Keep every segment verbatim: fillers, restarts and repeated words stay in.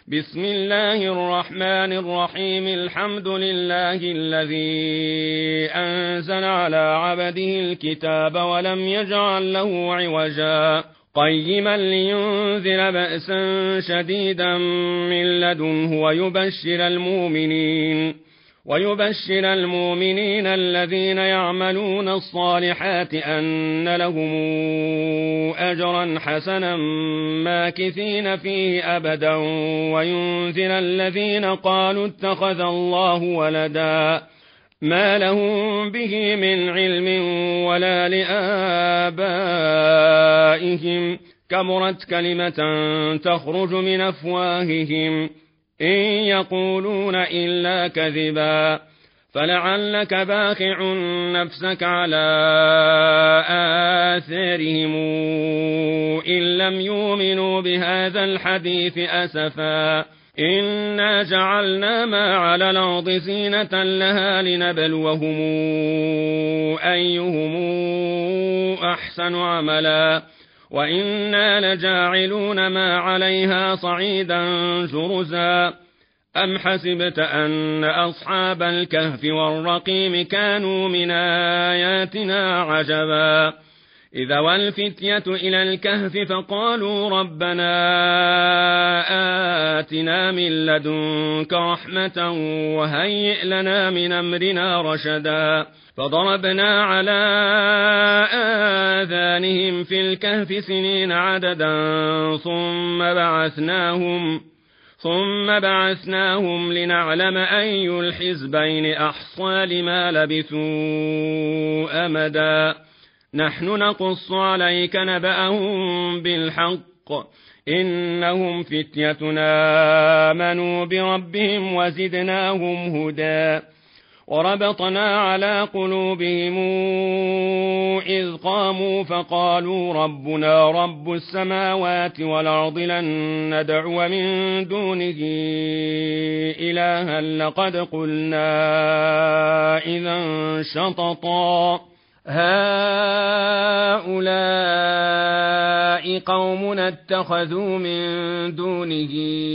بسم الله الرحمن الرحيم. الحمد لله الذي أنزل على عبده الكتاب ولم يجعل له عوجا قيما لينذر بأسا شديدا من لدنه ويبشر المؤمنين ويبشر المؤمنين الذين يعملون الصالحات أن لهم أجرا حسنا ماكثين فيه أبدا وينذر الذين قالوا اتخذ الله ولدا ما لهم به من علم ولا لآبائهم كبرت كلمة تخرج من أفواههم إن يقولون إلا كذبا فلعلك باخع نفسك على آثارهم إن لم يؤمنوا بهذا الحديث أسفا إنا جعلنا ما على الأرض زينة لها لنبلوهم أيهم أحسن عملا وإنا لجاعلون ما عليها صعيدا جرزا أم حسبت أن أصحاب الكهف والرقيم كانوا من آياتنا عجبا إذا والفتية إلى الكهف فقالوا ربنا آتنا من لدنك رحمة وهيئ لنا من أمرنا رشدا فضربنا على آذانهم في الكهف سنين عددا ثم بعثناهم ثم بعثناهم لنعلم أي الحزبين أحصى لما لبثوا أمدا نحن نقص عليك نبأهم بالحق إنهم فتيتنا آمنوا بربهم وزدناهم هدى وربطنا على قلوبهم إذ قاموا فقالوا ربنا رب السماوات والأرض لن ندعو من دونه إلها لقد قلنا إذا شططا هؤلاء قومنا اتخذوا من دونه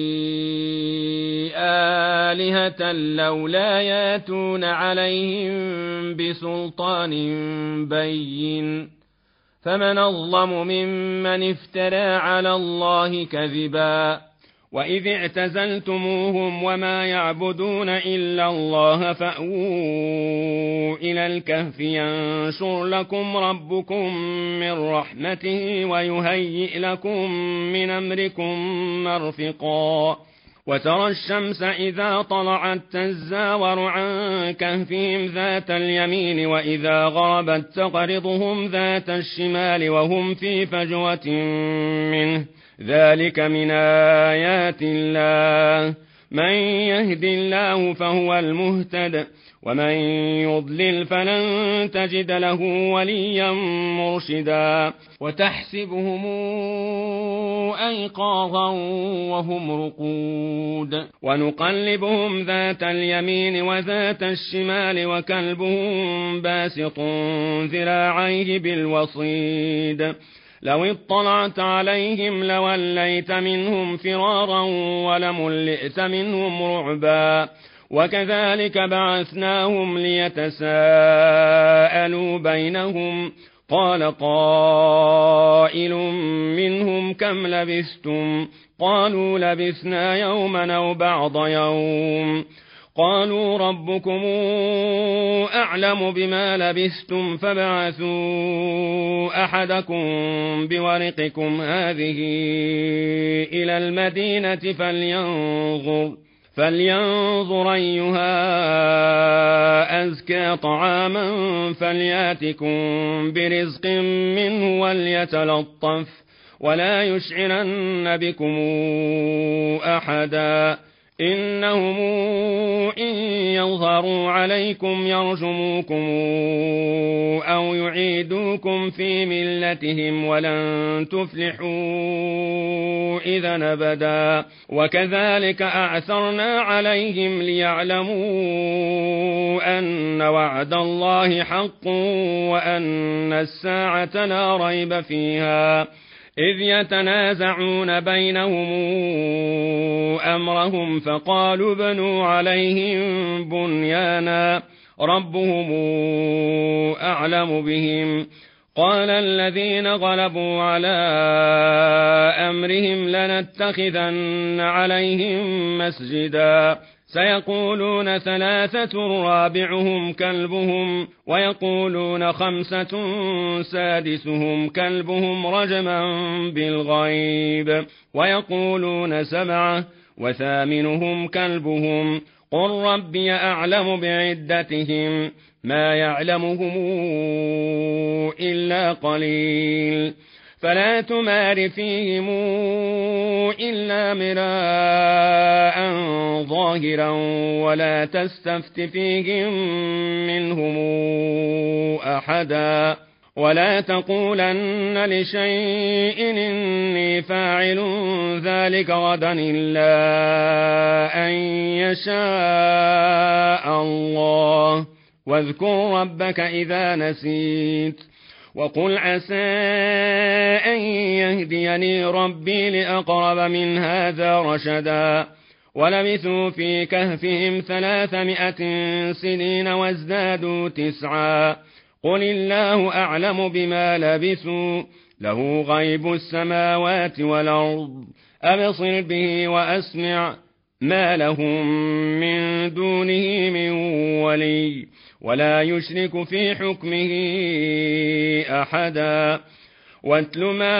آلهة لولا ياتون عليهم بسلطان بين فمن أظلم ممن افترى على الله كذبا وإذ اعتزلتموهم وما يعبدون إلا الله فأووا إلى الكهف ينشر لكم ربكم من رحمته ويهيئ لكم من أمركم مرفقا وترى الشمس إذا طلعت تزاور عن كهفهم ذات اليمين وإذا غربت تقرضهم ذات الشمال وهم في فجوة منه ذلك من آيات الله من يهد الله فهو المهتد ومن يضلل فلن تجد له وليا مرشدا وتحسبهم أيقاظا وهم رقود ونقلبهم ذات اليمين وذات الشمال وكلبهم باسط ذراعيه بالوصيد لو اطلعت عليهم لوليت منهم فرارا ولملئت منهم رعبا وكذلك بعثناهم ليتساءلوا بينهم قال قائل منهم كم لبثتم قالوا لبثنا يوما أو بعض يوم قالوا ربكم أعلم بما لبثتم فابعثوا أحدكم بورقكم هذه إلى المدينة فلينظر فلينظر أيها أزكى طعاما فلياتكم برزق منه وليتلطف ولا يشعرن بكم أحدا إنهم إن يظهروا عليكم يرجموكم أو يعيدوكم في ملتهم ولن تفلحوا إذا أبدا وكذلك أعثرنا عليهم ليعلموا أن وعد الله حق وأن الساعة لا ريب فيها إذ يتنازعون بينهم أمرهم فقالوا ابنوا عليهم بنيانا ربهم أعلم بهم قال الذين غلبوا على أمرهم لنتخذن عليهم مسجدا سيقولون ثلاثة رابعهم كلبهم ويقولون خمسة سادسهم كلبهم رجما بالغيب ويقولون سبعة وثامنهم كلبهم قل ربي أعلم بعدتهم ما يعلمهم إلا قليل فلا تمار فيهم إلا مراء ظاهرا ولا تستفت فيهم منهم أحدا ولا تقولن لشيء إني فاعل ذلك غدا إلا أن يشاء الله واذكر ربك إذا نسيت وقل عسى أن يهديني ربي لأقرب من هذا رشدا ولبثوا في كهفهم ثلاثمائة سنين وازدادوا تسعا قل الله أعلم بما لبثوا له غيب السماوات والأرض أبصر به وأسمع ما لهم من دونه من ولي ولا يشرك في حكمه أحدا واتل ما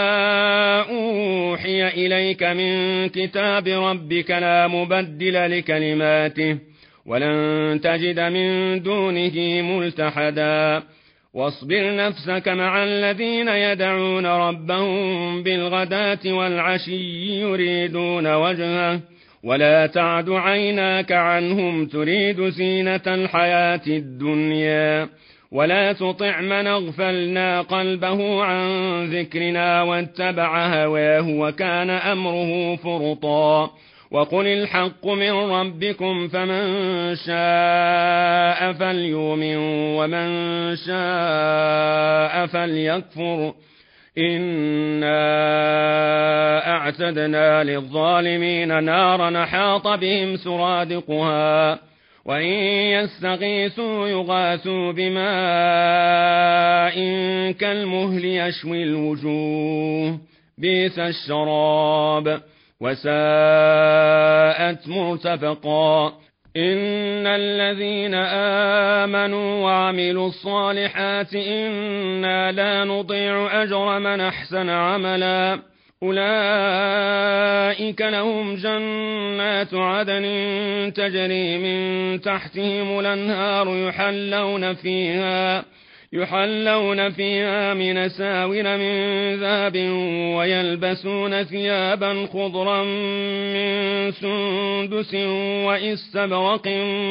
أوحي إليك من كتاب ربك لا مبدل لكلماته ولن تجد من دونه ملتحدا واصبر نفسك مع الذين يدعون ربهم بالغداة والعشي يريدون وجهه ولا تعد عيناك عنهم تريد زينة الحياة الدنيا ولا تطع من اغفلنا قلبه عن ذكرنا واتبع هواه وكان أمره فرطا وقل الحق من ربكم فمن شاء فليؤمن ومن شاء فليكفر إنا أعتدنا للظالمين نارا حاط بهم سرادقها وإن يستغيثوا يغاثوا بماء كالمهل يشوي الوجوه بئس الشراب وساءت مرتفقا إن الذين آمنوا وعملوا الصالحات إنا لا نضيع أجر من أحسن عملا أولئك لهم جنات عدن تجري من تحتهم الأنهار يحلون فيها يحلون فيها من ساور من ذهب ويلبسون ثيابا خضرا من سندس وإستبرق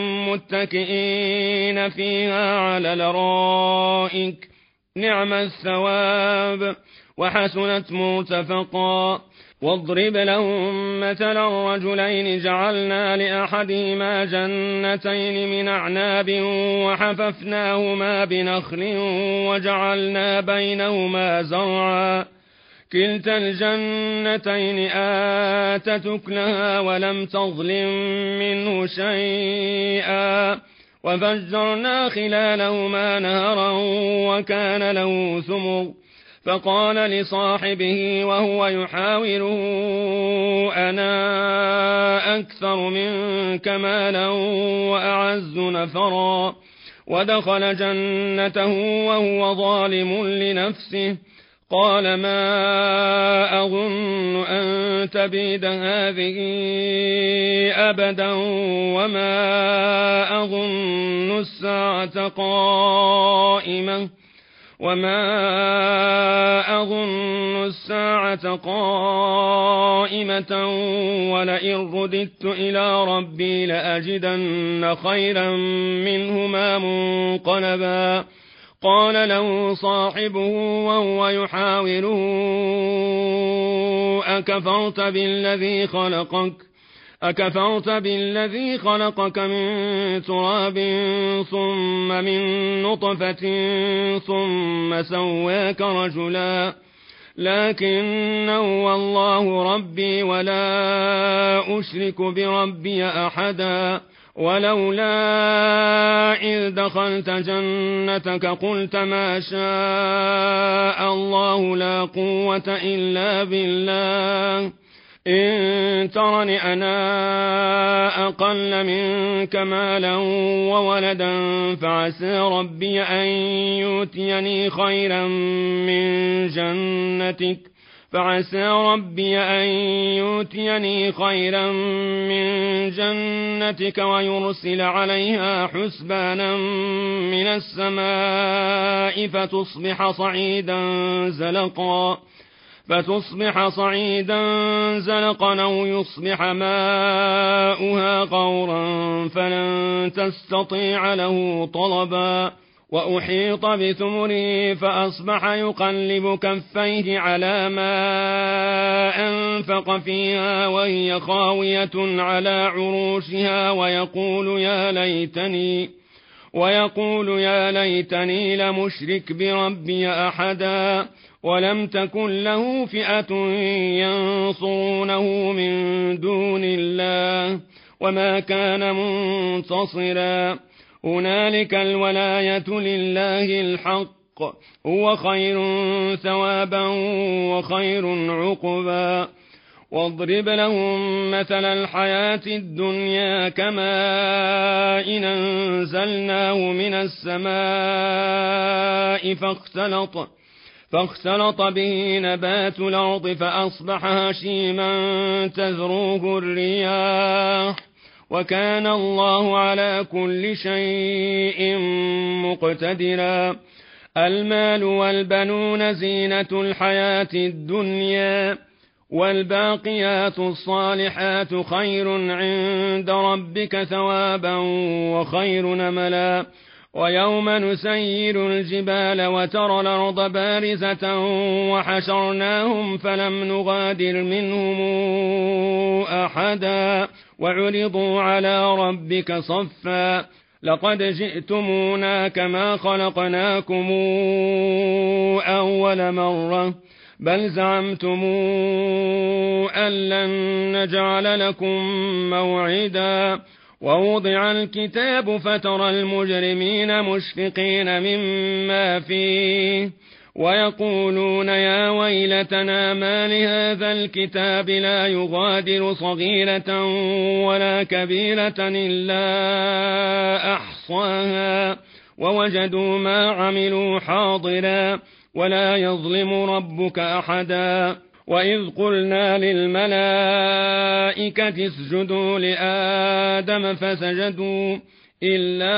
متكئين فيها على الأرائك نعم الثواب وحسنت مرتفقا واضرب لهم مثلا الرجلين جعلنا لأحدهما جنتين من أعناب وحففناهما بنخل وجعلنا بينهما زرعا كلتا الجنتين آتت أكلها ولم تظلم منه شيئا وفجرنا خلالهما نهرا وكان له ثمر فقال لصاحبه وهو يحاوره أنا أكثر منك مالا وأعز نفرا ودخل جنته وهو ظالم لنفسه قال ما أظن أن تبيد هذه أبدا وما أظن الساعة قائمة وما أظن الساعة قائمة ولئن رددت إلى ربي لأجدن خيرا منهما منقلبا قال له صاحبه وهو يحاوره أكفرت بالذي خلقك أكفرت بالذي خلقك من تراب ثم من نطفة ثم سواك رجلا لكن هو الله ربي ولا أشرك بربي أحدا. ولولا إذ دخلت جنتك قلت ما شاء الله لا قوة إلا بالله إن ترني أنا أقل منك مالا وولدا فعسى ربي أن يؤتيني خيرا من جنتك فعسى ربي أن يؤتيني خيرا من جنتك ويرسل عليها حسبانا من السماء فتصبح صعيدا زلقا فتصبح صعيدا زلقا أو يصبح ماؤها غورا فلن تستطيع له طلبا. وأحيط بثمره فأصبح يقلب كفيه على ما أنفق فيها وهي خاوية على عروشها ويقول يا ليتني ويقول يا ليتني لمشرك بربي أحدا. ولم تكن له فئة ينصرونه من دون الله وما كان منتصرا. هنالك الولاية لله الحق هو خير ثوابا وخير عقبا. واضرب لهم مثل الحياة الدنيا كماء إن أنزلناه من السماء فاختلط فاختلط به نبات الأرض فأصبح هشيما تذروه الرياح وكان الله على كل شيء مقتدرا. المال والبنون زينة الحياة الدنيا والباقيات الصالحات خير عند ربك ثوابا وخير نملا. ويوم نسير الجبال وترى الأرض بارزة وحشرناهم فلم نغادر منهم أحدا وعرضوا على ربك صفا لقد جئتمونا كما خلقناكم أول مرة بل زعمتم أن لن نجعل لكم موعدا. ووضع الكتاب فترى المجرمين مشفقين مما فيه ويقولون يا ويلتنا ما لهذا الكتاب لا يغادر صغيرة ولا كبيرة إلا أحصاها ووجدوا ما عملوا حاضرا ولا يظلم ربك أحدا. وإذ قلنا للملائكة اسجدوا لآدم فسجدوا إلا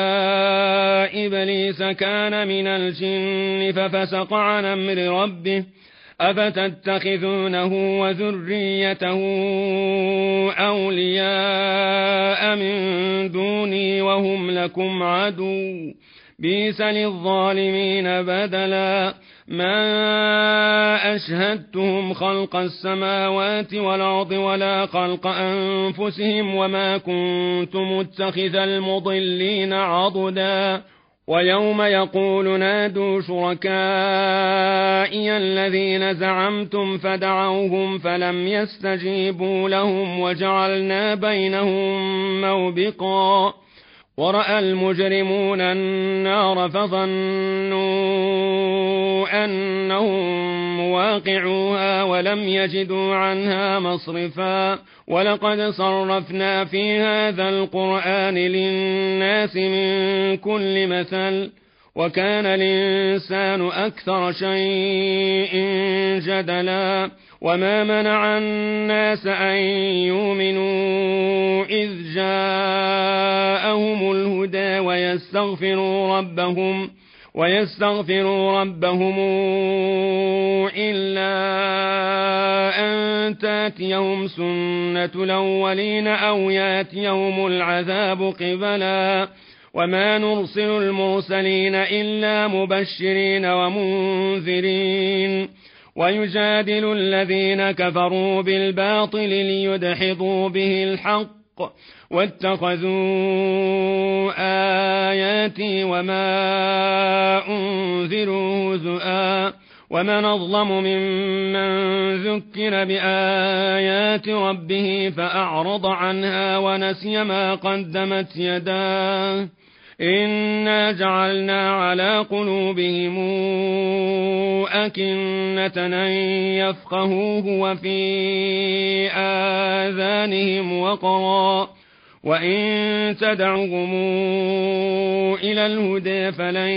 إبليس كان من الجن ففسق عن أمر ربه أفتتخذونه وذريته أولياء من دوني وهم لكم عدو بئس للظالمين بدلا. ما أشهدتهم خلق السماوات والأرض ولا خلق أنفسهم وما كنت متخذ المضلين عضدا. ويوم يقول نادوا شركائي الذين زعمتم فدعوهم فلم يستجيبوا لهم وجعلنا بينهم موبقا. ورأى المجرمون النار فظنوا أنهم مواقعوها ولم يجدوا عنها مصرفا. ولقد صرفنا في هذا القرآن للناس من كل مثل وكان الإنسان أكثر شيء جدلا. وما منع الناس أن يؤمنوا إذ جاءهم الهدى ويستغفروا ربهم ويستغفروا ربهم إلا أن تأتيهم سنة الأولين أو يأتيهم العذاب قبلا. وما نرسل المرسلين إلا مبشرين ومنذرين ويجادل الذين كفروا بالباطل ليدحضوا به الحق واتخذوا آياتي وما أنذروا هزؤا ومن أظلم ممن ذكر بآيات ربه فأعرض عنها ونسي ما قدمت يداه إنا جعلنا على قلوبهم أكنة أن يفقهوه وفي آذانهم وقرا وإن تدعهم إلى الهدى فلن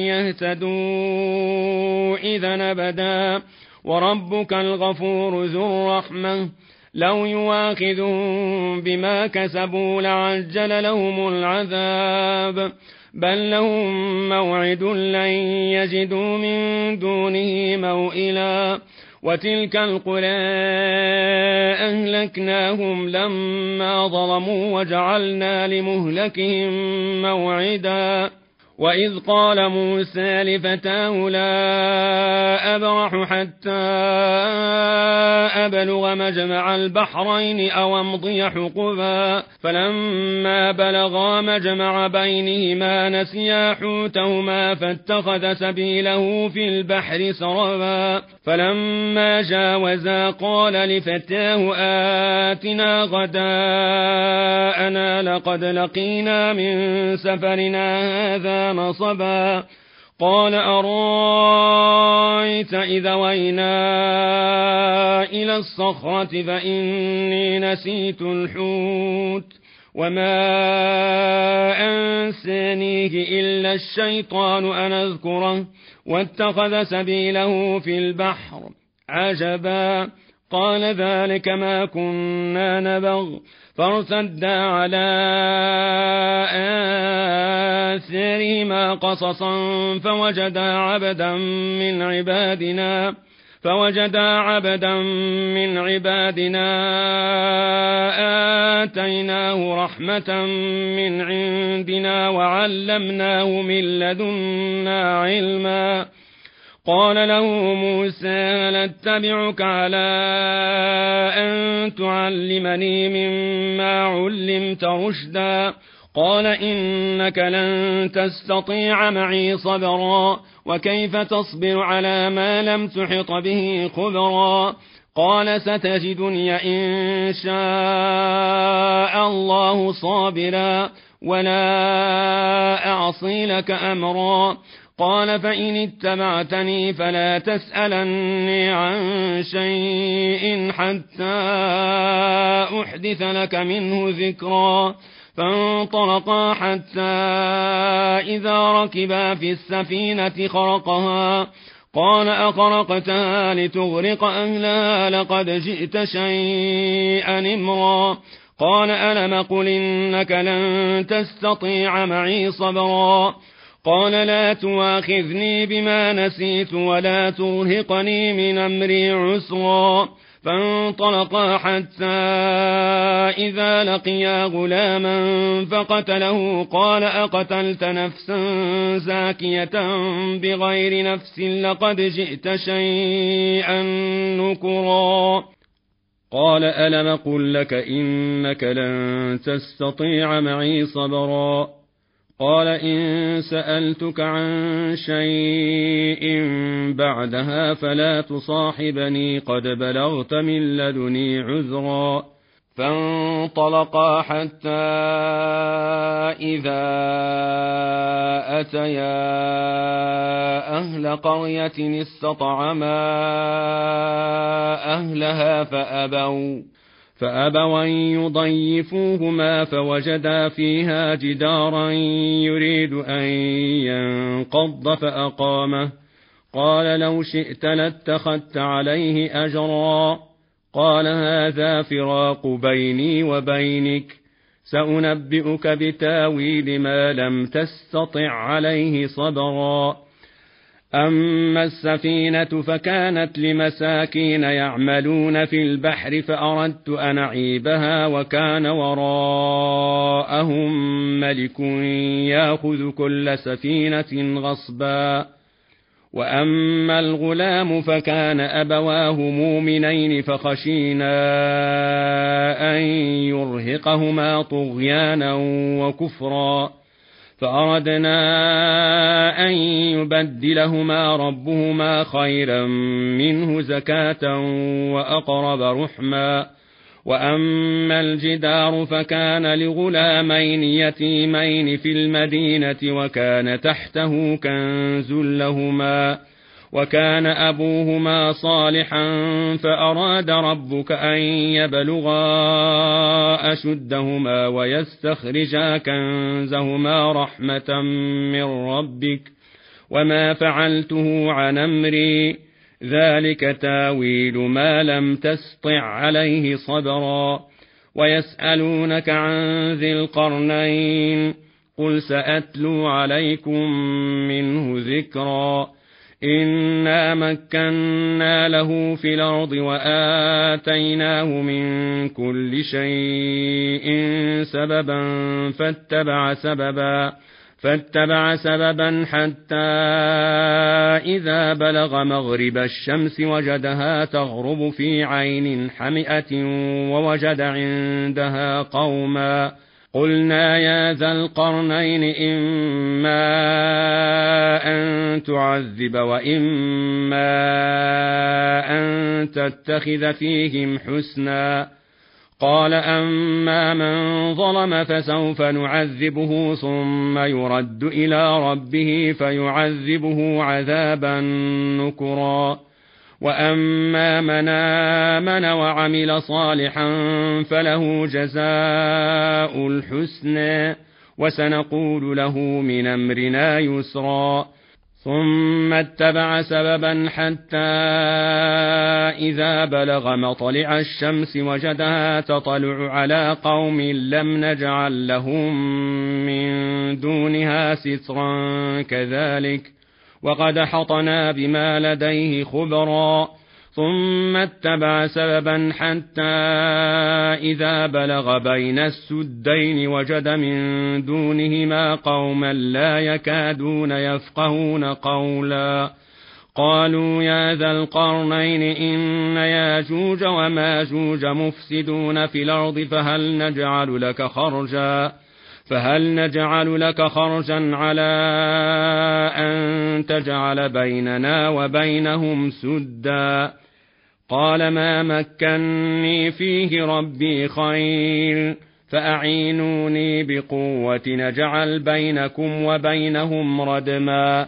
يهتدوا إذا أبدا وربك الغفور ذو الرحمة لو يواخذهم بما كسبوا لعجل لهم العذاب بل لهم موعد لن يجدوا من دونه موئلا وتلك القرى أهلكناهم لما ظلموا وجعلنا لمهلكهم موعدا وإذ قال موسى لفتاه لا أبرح حتى أبلغ مجمع البحرين أو أمضي حقبا فلما بلغا مجمع بينهما نسيا حوتهما فاتخذ سبيله في البحر سربا فلما جاوزا قال لفتاه آتنا غداءنا لقد لقينا من سفرنا هذا نصبا قال أرأيت إذا وينا إلى الصخرة فإني نسيت الحوت وما أنسانيه إلا الشيطان أن أذكره واتخذ سبيله في البحر عجبا قال ذلك ما كنا نبغ فارتدا على آثارهما قصصا فوجدا عبدا من عبادنا فوجدا عبدا من عبادنا آتيناه رحمة من عندنا وعلمناه من لدنا علما قال له موسى هل اتبعك على أن تعلمني مما علمت رشدا قال إنك لن تستطيع معي صبرا وكيف تصبر على ما لم تحط به خبرا قال ستجدني إن شاء الله صابرا ولا أعصي لك أمرا قال فإن اتبعتني فلا تسألني عن شيء حتى أحدث لك منه ذكرا فانطلقا حتى إذا ركبا في السفينة خرقها قال أخرقتها لتغرق أهلها لقد جئت شيئا إمرا قال ألم قل إنك لن تستطيع معي صبرا قال لا تواخذني بما نسيت ولا ترهقني من أمري عسرا فانطلقا حتى إذا لقيا غلاما فقتله قال أقتلت نفسا زاكية بغير نفس لقد جئت شيئا نكرا قال ألم قل لك إنك لن تستطيع معي صبرا قال إن سألتك عن شيء بعدها فلا تصاحبني قد بلغت من لدني عذرا فانطلقا حتى إذا أتيا أهل قرية استطعما أهلها فأبوا فأبوا أن يضيفوهما فوجدا فيها جدارا يريد أن ينقض فأقامه قال لو شئت لاتخذت عليه أجرا قال هذا فراق بيني وبينك سأنبئك بتاويل ما لم تستطع عليه صبرا أما السفينة فكانت لمساكين يعملون في البحر فأردت أن أعيبها وكان وراءهم ملك يأخذ كل سفينة غصبا وأما الغلام فكان أبواه مؤمنين فخشينا أن يرهقهما طغيانا وكفرا فأردنا أن يبدلهما ربهما خيرا منه زكاة وأقرب رحما. وأما الجدار فكان لغلامين يتيمين في المدينة وكان تحته كنز لهما وكان أبوهما صالحا فأراد ربك أن يبلغا أشدهما ويستخرجا كنزهما رحمة من ربك وما فعلته عن أمري ذلك تاويل ما لم تسطع عليه صبرا. ويسألونك عن ذي القرنين قل سأتلو عليكم منه ذكرا. إنا مكنا له في الأرض وآتيناه من كل شيء سببا فاتبع سببا فاتبع سببا حتى إذا بلغ مغرب الشمس وجدها تغرب في عين حمئة ووجد عندها قوما قلنا يا ذا القرنين إما أن تعذب وإما أن تتخذ فيهم حسنا. قال أما من ظلم فسوف نعذبه ثم يرد إلى ربه فيعذبه عذابا نكرا. وأما من آمن وعمل صالحا فله جزاء الحسنى وسنقول له من أمرنا يسرا. ثم اتبع سببا حتى إذا بلغ مطلع الشمس وجدها تطلع على قوم لم نجعل لهم من دونها سترا كذلك وقد حطنا بما لديه خبرا. ثم اتبع سببا حتى إذا بلغ بين السدين وجد من دونهما قوما لا يكادون يفقهون قولا. قالوا يا ذا القرنين إن ياجوج وماجوج مفسدون في الأرض فهل نجعل لك خرجا فهل نجعل لك خرجا على أن تجعل بيننا وبينهم سدا. قال ما مكني فيه ربي خير فأعينوني بقوة نجعل بينكم وبينهم ردما.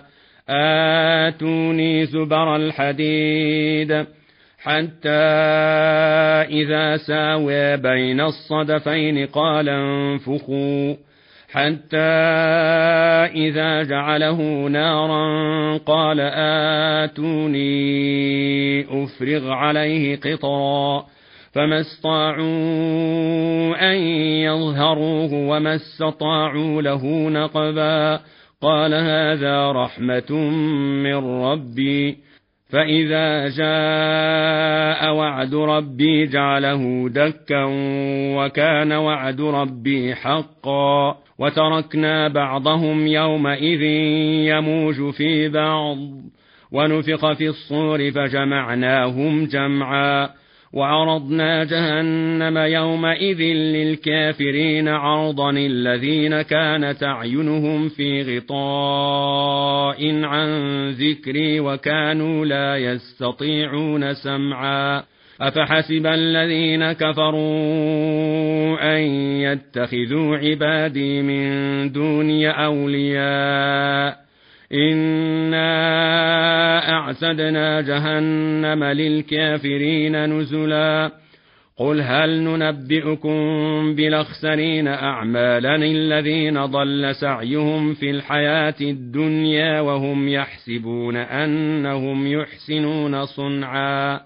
آتوني زبر الحديد حتى إذا ساوى بين الصدفين قال انفخوا حتى إذا جعله نارا قال آتوني أفرغ عليه قطرا. فما استطاعوا أن يظهروه وما استطاعوا له نقبا. قال هذا رحمة من ربي فإذا جاء وعد ربي جعله دكا وكان وعد ربي حقا. وتركنا بعضهم يومئذ يموج في بعض ونفخ في الصور فجمعناهم جمعا. وعرضنا جهنم يومئذ للكافرين عرضا الذين كانت أعينهم في غطاء عن ذكري وكانوا لا يستطيعون سمعا. أفحسب الذين كفروا أن يتخذوا عبادي من دوني أولياء إنا أعتدنا جهنم للكافرين نزلا. قل هل ننبئكم بالأخسرين أعمالا الذين ضل سعيهم في الحياة الدنيا وهم يحسبون أنهم يحسنون صنعا.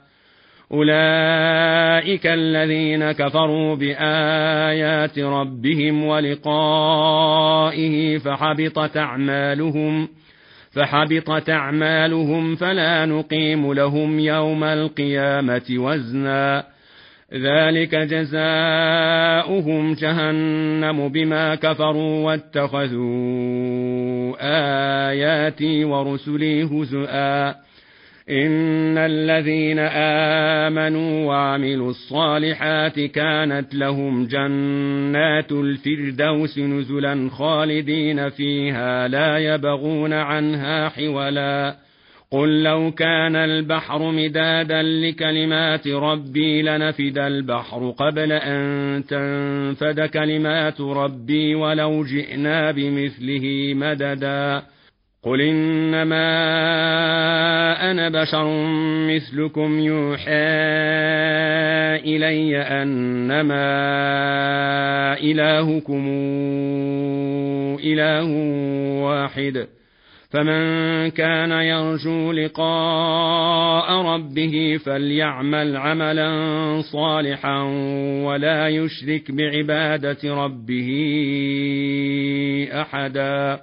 أولئك الذين كفروا بآيات ربهم ولقائه فحبطت أعمالهم فحبطت أعمالهم فلا نقيم لهم يوم القيامة وزنا. ذلك جزاؤهم جهنم بما كفروا واتخذوا آياتي ورسلي هزؤا. إن الذين آمنوا وعملوا الصالحات كانت لهم جنات الفردوس نزلا خالدين فيها لا يبغون عنها حولا قل لو كان البحر مدادا لكلمات ربي لنفد البحر قبل أن تنفد كلمات ربي ولو جئنا بمثله مددا قل إنما أنا بشر مثلكم يوحى إلي أنما إلهكم إله واحد فمن كان يرجو لقاء ربه فليعمل عملا صالحا ولا يشرك بعبادة ربه أحدا.